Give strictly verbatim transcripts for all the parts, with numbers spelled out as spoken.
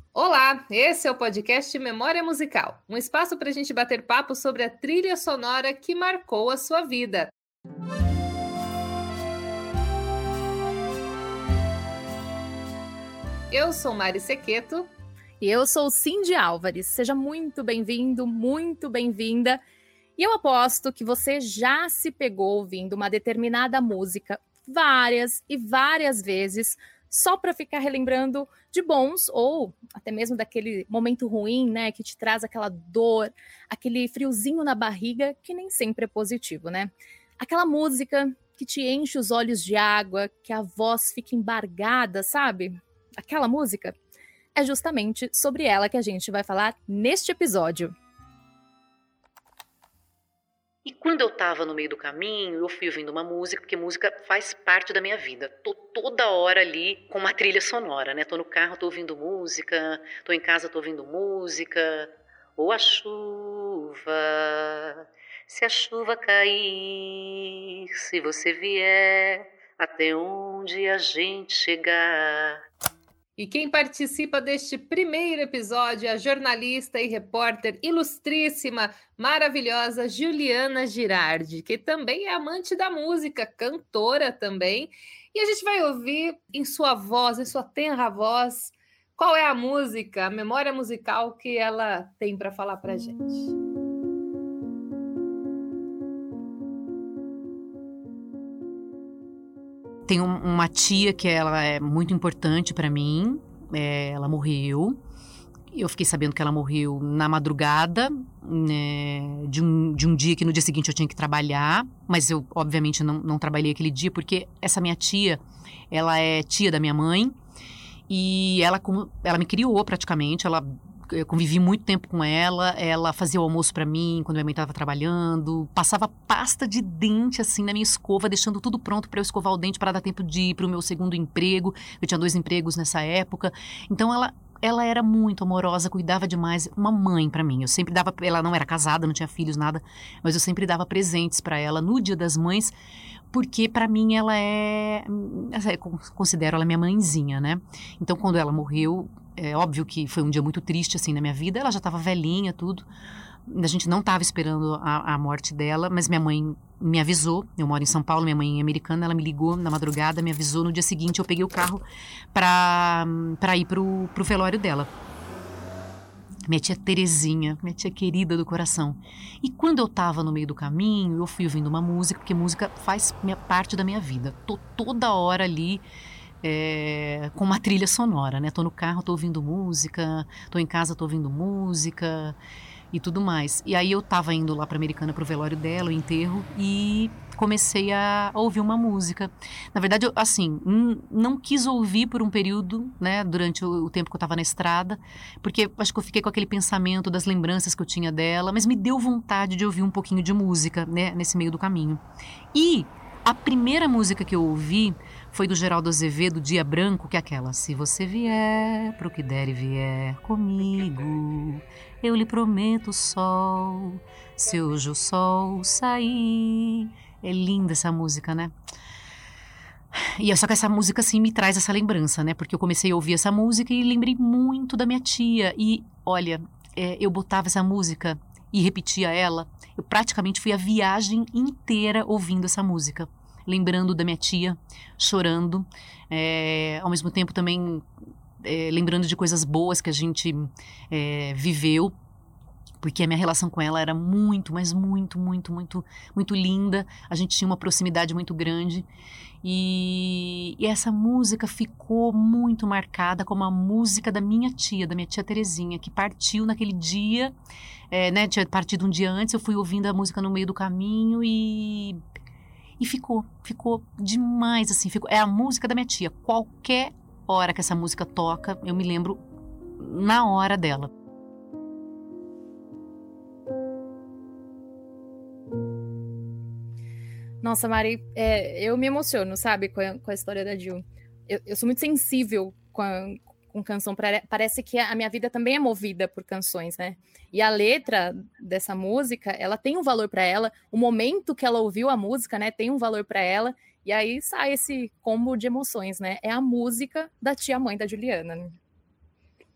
Olá, esse é o podcast Memória Musical, um espaço para a gente bater papo sobre a trilha sonora que marcou a sua vida. Eu sou Mari Sequeto. E eu sou Cindy Álvares. Seja muito bem-vindo, muito bem-vinda. E eu aposto que você já se pegou ouvindo uma determinada música várias e várias vezes, só para ficar relembrando de bons ou até mesmo daquele momento ruim, né, que te traz aquela dor, aquele friozinho na barriga, que nem sempre é positivo, né? Aquela música que te enche os olhos de água, que a voz fica embargada, sabe? Aquela música? É justamente sobre ela que a gente vai falar neste episódio. E quando eu tava no meio do caminho, eu fui ouvindo uma música, porque música faz parte da minha vida. Tô toda hora ali com uma trilha sonora, né? Tô no carro, tô ouvindo música, tô em casa, tô ouvindo música. Ou a chuva, se a chuva cair, se você vier, até onde a gente chegar. E quem participa deste primeiro episódio é a jornalista e repórter ilustríssima, maravilhosa Juliana Girardi, que também é amante da música, cantora também. E a gente vai ouvir em sua voz, em sua tenra voz, qual é a música, a memória musical que ela tem para falar para a gente. Tem um, uma tia que ela é muito importante para mim, é, ela morreu, eu fiquei sabendo que ela morreu na madrugada, né, de, um, de um dia que no dia seguinte eu tinha que trabalhar, mas eu obviamente não, não trabalhei aquele dia, porque essa minha tia, ela é tia da minha mãe, e ela, ela me criou praticamente, ela... Eu convivi muito tempo com ela, ela fazia o almoço pra mim quando minha mãe estava trabalhando, passava pasta de dente assim na minha escova, deixando tudo pronto para eu escovar o dente para dar tempo de ir pro meu segundo emprego. Eu tinha dois empregos nessa época. Então ela ela era muito amorosa, cuidava demais, uma mãe pra mim. Eu sempre dava, ela não era casada, não tinha filhos, nada, mas eu sempre dava presentes pra ela no Dia das Mães, porque pra mim ela é, eu considero ela minha mãezinha, né? Então quando ela morreu, é óbvio que foi um dia muito triste, assim, na minha vida. Ela já estava velhinha, tudo. A gente não estava esperando a, a morte dela, mas minha mãe me avisou. Eu moro em São Paulo, minha mãe é americana. Ela me ligou na madrugada, me avisou. No dia seguinte, eu peguei o carro para para ir pro, pro velório dela. Minha tia Terezinha, minha tia querida do coração. E quando eu estava no meio do caminho, eu fui ouvindo uma música, porque música faz minha, parte da minha vida. Tô toda hora ali... É, com uma trilha sonora, né? Tô no carro, tô ouvindo música, tô em casa, tô ouvindo música e tudo mais. E aí eu tava indo lá pra Americana pro velório dela, o enterro, e comecei a ouvir uma música. Na verdade, eu, assim, não quis ouvir por um período, né? Durante o, o tempo que eu tava na estrada, porque acho que eu fiquei com aquele pensamento das lembranças que eu tinha dela, mas me deu vontade de ouvir um pouquinho de música, né? Nesse meio do caminho. E a primeira música que eu ouvi foi do Geraldo Azevedo, Dia Branco, que é aquela: se você vier pro que der e vier comigo, eu lhe prometo o sol, se hoje o sol sair. É linda essa música, né? E é só que essa música, assim, me traz essa lembrança, né? Porque eu comecei a ouvir essa música e lembrei muito da minha tia. E, olha, é, eu botava essa música e repetia ela. Eu praticamente fui a viagem inteira ouvindo essa música, lembrando da minha tia, chorando, é, ao mesmo tempo também é, lembrando de coisas boas que a gente é, viveu, porque a minha relação com ela era muito, mas muito, muito, muito, muito linda. A gente tinha uma proximidade muito grande e, e essa música ficou muito marcada como a música da minha tia, da minha tia Terezinha, que partiu naquele dia, é, né, tinha partido um dia antes. Eu fui ouvindo a música no meio do caminho e... E ficou, ficou demais, assim, ficou, é a música da minha tia. Qualquer hora que essa música toca, eu me lembro na hora dela. Nossa, Mari, é, eu me emociono, sabe, com a, com a história da Gil. Eu, eu sou muito sensível com, a, com canção. Parece que a minha vida também é movida por canções, né? E a letra dessa música, ela tem um valor para ela. O momento que ela ouviu a música, né, tem um valor para ela. E aí sai esse combo de emoções, né? É a música da tia-mãe da Juliana, né?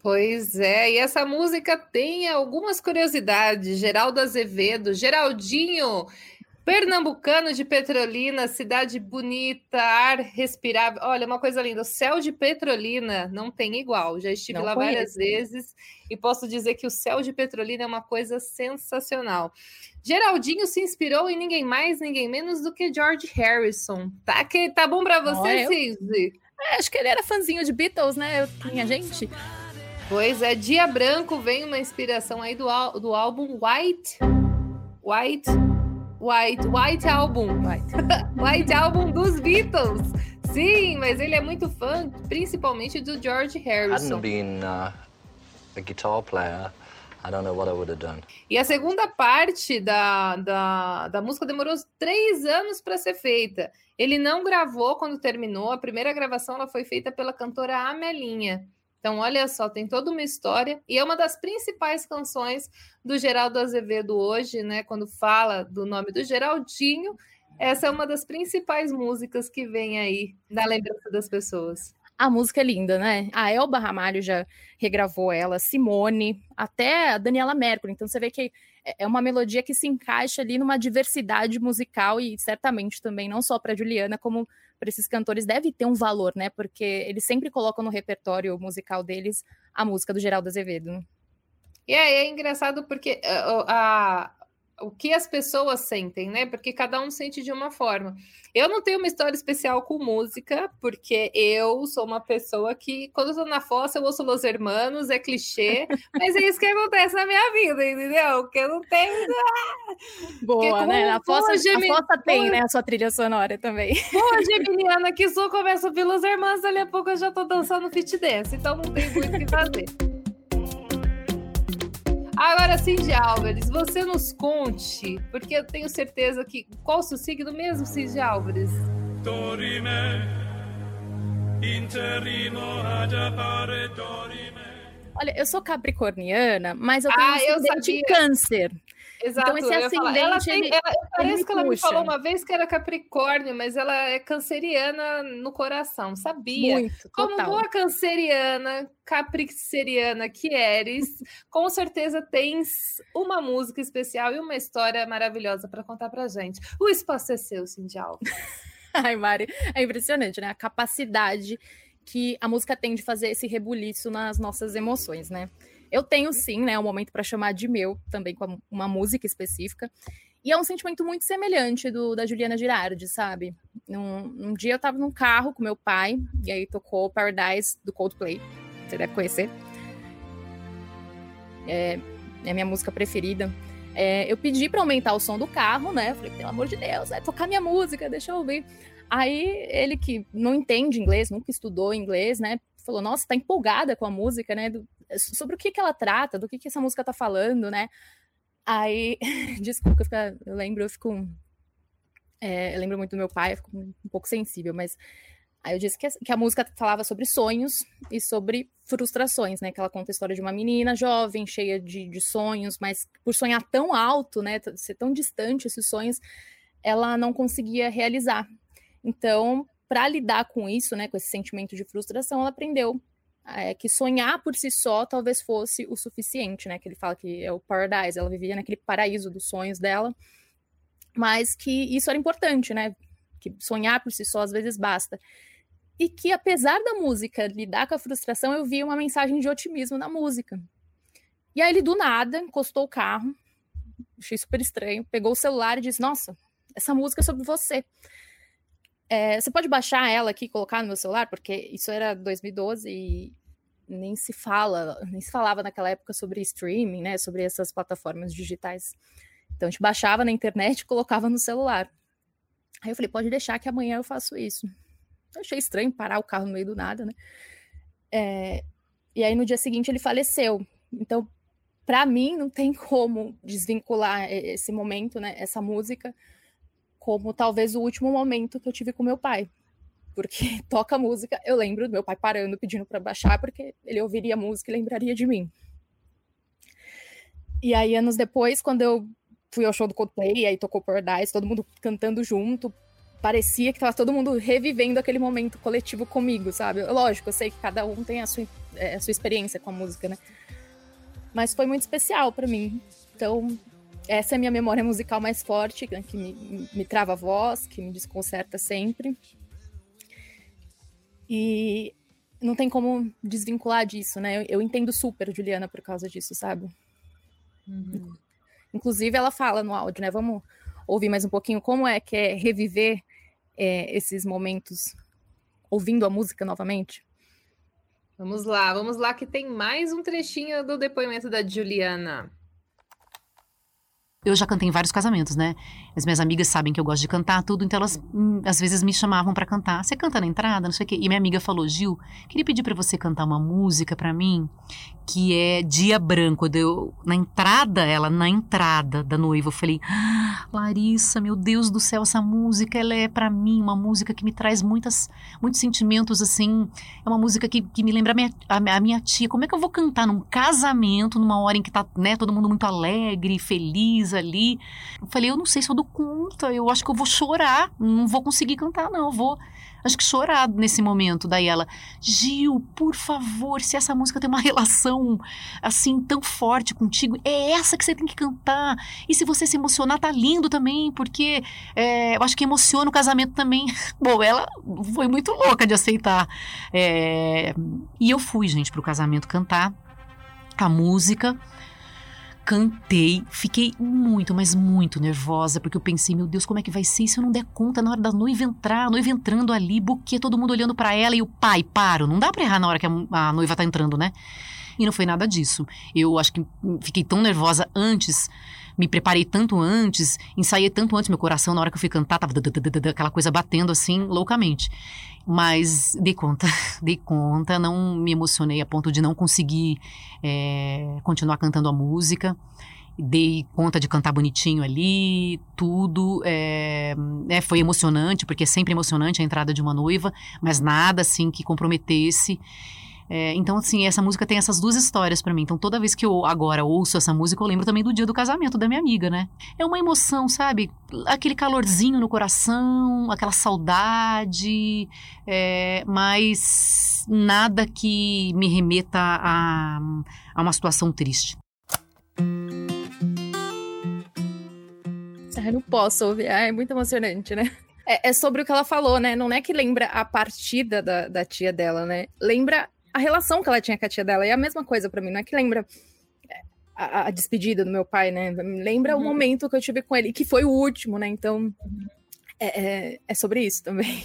Pois é, e essa música tem algumas curiosidades. Geraldo Azevedo, Geraldinho, pernambucano de Petrolina, cidade bonita, ar respirável. Olha, uma coisa linda, o céu de Petrolina não tem igual. Já estive Não lá conheço. várias vezes e posso dizer que o céu de Petrolina é uma coisa sensacional. Geraldinho se inspirou em ninguém mais, ninguém menos do que George Harrison. Tá, que, tá bom para você, Olha, eu- Cindy? É, acho que ele era fãzinho de Beatles, né? Eu, minha gente. Pois é, Dia Branco vem uma inspiração aí do, ál- do álbum White. White. White. White Album. White. White Album dos Beatles. Sim, mas ele é muito fã, principalmente do George Harrison. Hadn't been uh, a guitar player, I don't know what I would have done. E a segunda parte da, da, da música demorou três anos para ser feita. Ele não gravou quando terminou. A primeira gravação ela foi feita pela cantora Amelinha. Então, olha só, tem toda uma história. E é uma das principais canções do Geraldo Azevedo hoje, né? Quando fala do nome do Geraldinho, essa é uma das principais músicas que vem aí na lembrança das pessoas. A música é linda, né? A Elba Ramalho já regravou ela, Simone, até a Daniela Mercury. Então você vê que é uma melodia que se encaixa ali numa diversidade musical e certamente também não só para Juliana, como para esses cantores deve ter um valor, né? Porque eles sempre colocam no repertório musical deles a música do Geraldo Azevedo. Né? E aí é engraçado porque uh, a, o que as pessoas sentem, né? Porque cada um sente de uma forma. Eu não tenho uma história especial com música, porque eu sou uma pessoa que, quando eu tô na fossa, eu ouço Los Hermanos, é clichê, mas é isso que acontece na minha vida, entendeu? Porque eu não tenho... Boa, né? A fossa, Gemi... a fossa tem, né? A sua trilha sonora também. Boa, geminiana que sou, começo a ouvir Los Hermanos, dali a pouco eu já tô dançando fit dance, então não tem muito o que fazer. Agora, Cindy Álvares, você nos conte, porque eu tenho certeza que... Qual o seu signo mesmo, Cindy Álvares? Olha, eu sou capricorniana, mas eu tenho Ah, um eu ascendente sabia. Câncer. Exato, Então esse eu ia falar, ela ascendente, tem, ele, ela, parece ele que ela me puxa. falou uma vez que era Capricórnio, mas ela é canceriana no coração, sabia? Muito, Como total. boa canceriana, capriceriana que eres, com certeza tens uma música especial e uma história maravilhosa para contar pra gente. O espaço é seu, Cindy Alves. Ai, Mari, é impressionante, né? A capacidade que a música tem de fazer esse rebuliço nas nossas emoções, né? Eu tenho sim, né, um momento para chamar de meu, também com uma música específica. E é um sentimento muito semelhante do da Juliana Girardi, sabe? Um, um dia eu tava num carro com meu pai, e aí tocou Paradise do Coldplay. Você deve conhecer. É, é a minha música preferida. É, eu pedi para aumentar o som do carro, né? Falei, pelo amor de Deus, vai tocar minha música, deixa eu ouvir. Aí ele que não entende inglês, nunca estudou inglês, né? Falou, nossa, tá empolgada com a música, né? Do, sobre o que que ela trata, do que que essa música tá falando, né? Aí, desculpa, eu, fico, eu lembro, eu fico... É, eu lembro muito do meu pai, eu fico um pouco sensível, mas... Aí eu disse que a, que a música falava sobre sonhos e sobre frustrações, né? Que ela conta a história de uma menina jovem, cheia de, de sonhos, mas por sonhar tão alto, né? Ser tão distante esses sonhos, ela não conseguia realizar. Então, para lidar com isso, né? Com esse sentimento de frustração, ela aprendeu é, que sonhar por si só talvez fosse o suficiente, né? Que ele fala que é o paradise, ela vivia naquele paraíso dos sonhos dela, mas que isso era importante, né? Que sonhar por si só às vezes basta. E que, apesar da música lidar com a frustração, eu vi uma mensagem de otimismo na música. E aí ele, do nada, encostou o carro, achei super estranho, pegou o celular e disse, nossa, essa música é sobre você. É, você pode baixar ela aqui e colocar no meu celular? Porque isso era dois mil e doze e nem se fala, nem se falava naquela época sobre streaming, né, sobre essas plataformas digitais. Então a gente baixava na internet e colocava no celular. Aí eu falei, pode deixar que amanhã eu faço isso. Eu achei estranho parar o carro no meio do nada, né? É, e aí no dia seguinte ele faleceu. Então, para mim, não tem como desvincular esse momento, né? Essa música, como talvez o último momento que eu tive com meu pai. Porque toca música, eu lembro do meu pai parando, pedindo para baixar, porque ele ouviria a música e lembraria de mim. E aí, anos depois, quando eu fui ao show do Coldplay, e aí tocou Paradise, todo mundo cantando junto, parecia que tava todo mundo revivendo aquele momento coletivo comigo, sabe? Lógico, eu sei que cada um tem a sua é, a sua experiência com a música, né? Mas foi muito especial para mim. Então, essa é a minha memória musical mais forte, né, que me, me trava a voz, que me desconcerta sempre. E não tem como desvincular disso, né? Eu, eu entendo super a Juliana por causa disso, sabe? Uhum. Inclusive, ela fala no áudio, né? Vamos ouvir mais um pouquinho como é que é reviver é, esses momentos ouvindo a música novamente? Vamos lá, vamos lá que tem mais um trechinho do depoimento da Juliana. Eu já cantei em vários casamentos, né? As minhas amigas sabem que eu gosto de cantar tudo, então elas hum, às vezes me chamavam pra cantar. Você canta na entrada, não sei o quê. E minha amiga falou, Gil, queria pedir pra você cantar uma música pra mim, que é Dia Branco. Eu, na entrada, ela na entrada da noiva, eu falei, ah, Larissa, meu Deus do céu, essa música, ela é pra mim uma música que me traz muitas, muitos sentimentos, assim. É uma música que, que me lembra a minha, a, a minha tia. Como é que eu vou cantar num casamento, numa hora em que tá, né, todo mundo muito alegre, feliz ali? Eu falei, eu não sei se eu dou conta, eu acho que eu vou chorar, não vou conseguir cantar não, eu vou, acho que chorar nesse momento. Daí ela, Gil, por favor, se essa música tem uma relação assim tão forte contigo, é essa que você tem que cantar, e se você se emocionar tá lindo também, porque é, eu acho que emociona o casamento também. Bom, ela foi muito louca de aceitar, é, e eu fui, gente, pro casamento cantar a música. Cantei, fiquei muito, mas muito nervosa, porque eu pensei, meu Deus, como é que vai ser se eu não der conta na hora da noiva entrar, a noiva entrando ali, buquê, todo mundo olhando pra ela e o pai, paro, não dá pra errar na hora que a, a noiva tá entrando, né? E não foi nada disso. Eu acho que fiquei tão nervosa antes, me preparei tanto antes, ensaiei tanto antes, meu coração na hora que eu fui cantar tava aquela coisa batendo assim, loucamente. Mas dei conta, dei conta, não me emocionei a ponto de não conseguir é, continuar cantando a música. Dei conta de cantar bonitinho ali, tudo. É, é, foi emocionante, porque é sempre emocionante a entrada de uma noiva, mas nada assim que comprometesse. É, então, assim, essa música tem essas duas histórias pra mim. Então, toda vez que eu agora ouço essa música, eu lembro também do dia do casamento da minha amiga, né? É uma emoção, sabe? Aquele calorzinho no coração, aquela saudade, é, mas nada que me remeta a, a uma situação triste. Eu não posso ouvir, ah, é muito emocionante, né? É, é sobre o que ela falou, né? Não é que lembra a partida da, da tia dela, né? Lembra a relação que ela tinha com a tia dela. É a mesma coisa pra mim, não é que lembra a, a despedida do meu pai, né? Lembra uhum. o momento que eu tive com ele, que foi o último, né? Então, uhum. é, é, é sobre isso também.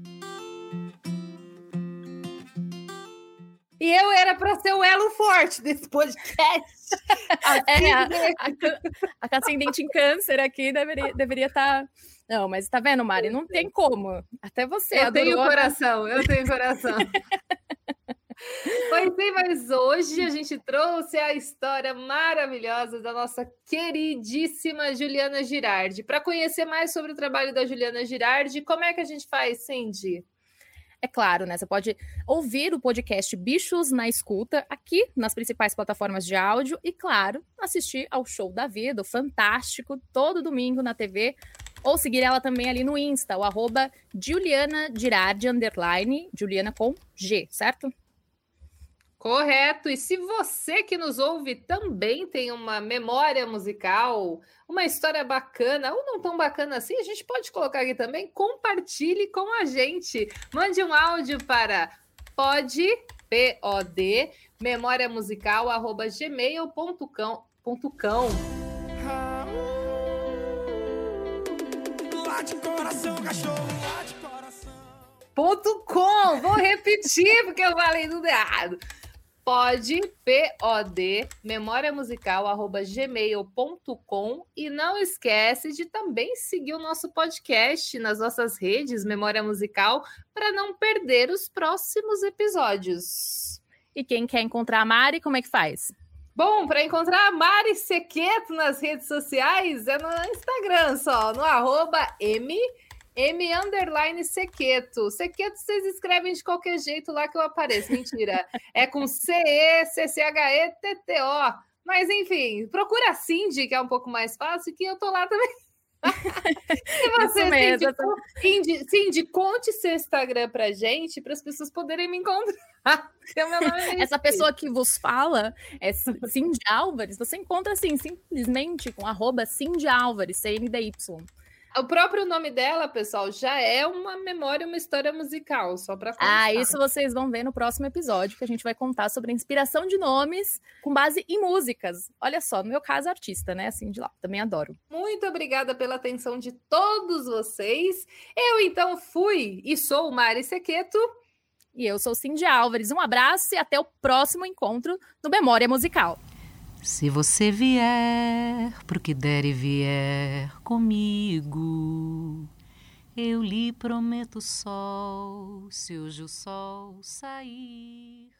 E eu era para ser o elo forte desse podcast. É, a, a, a ascendente em câncer aqui deveria estar... Deveria tá... Não, mas tá vendo, Mari? Não tem como. Até você eu adorou. Tenho coração, eu tenho coração. Pois bem, mas hoje a gente trouxe a história maravilhosa da nossa queridíssima Juliana Girardi. Para conhecer mais sobre o trabalho da Juliana Girardi, como é que a gente faz, Cindy? É claro, né? Você pode ouvir o podcast Bichos na Escuta aqui nas principais plataformas de áudio e, claro, assistir ao Show da Vida, o Fantástico, todo domingo na T V, ou seguir ela também ali no Insta, o arroba Juliana Girardi, underline, Juliana com G, certo? Correto, e se você que nos ouve também tem uma memória musical, uma história bacana, ou não tão bacana assim, a gente pode colocar aqui também, compartilhe com a gente. Mande um áudio para pod, P O D, memória musical, arroba gmail ponto com. Late coração, cachorro, late coração. Ponto com, vou repetir porque eu falei tudo errado. Pod, P O D, memória musical, arroba gmail ponto com. E não esquece de também seguir o nosso podcast nas nossas redes Memória Musical para não perder os próximos episódios. E quem quer encontrar a Mari, como é que faz? Bom, para encontrar a Mari Sequeto nas redes sociais é no Instagram só, no arroba M... M underline Sequeto. Sequeto vocês escrevem de qualquer jeito lá que eu apareço. Mentira. É com C E C C H E T T O. Mas, enfim, procura a Cindy, que é um pouco mais fácil, que eu tô lá também. E você, Isso mesmo. Cindy, Cindy, Cindy, conte seu Instagram pra gente, para as pessoas poderem me encontrar. Meu nome é Essa pessoa que vos fala é Cindy Álvares. Você encontra assim, simplesmente com arroba Cindy Álvares, C N D Y. O próprio nome dela, pessoal, já é uma memória, uma história musical, só para constar. Ah, isso vocês vão ver no próximo episódio, que a gente vai contar sobre a inspiração de nomes com base em músicas. Olha só, no meu caso, artista, né? Assim, de lá, também adoro. Muito obrigada pela atenção de todos vocês. Eu, então, fui e sou Mari Sequeto. E eu sou Cindy Álvares. Um abraço e até o próximo encontro no Memória Musical. Se você vier pro que der e vier comigo, eu lhe prometo sol, se hoje o sol sair.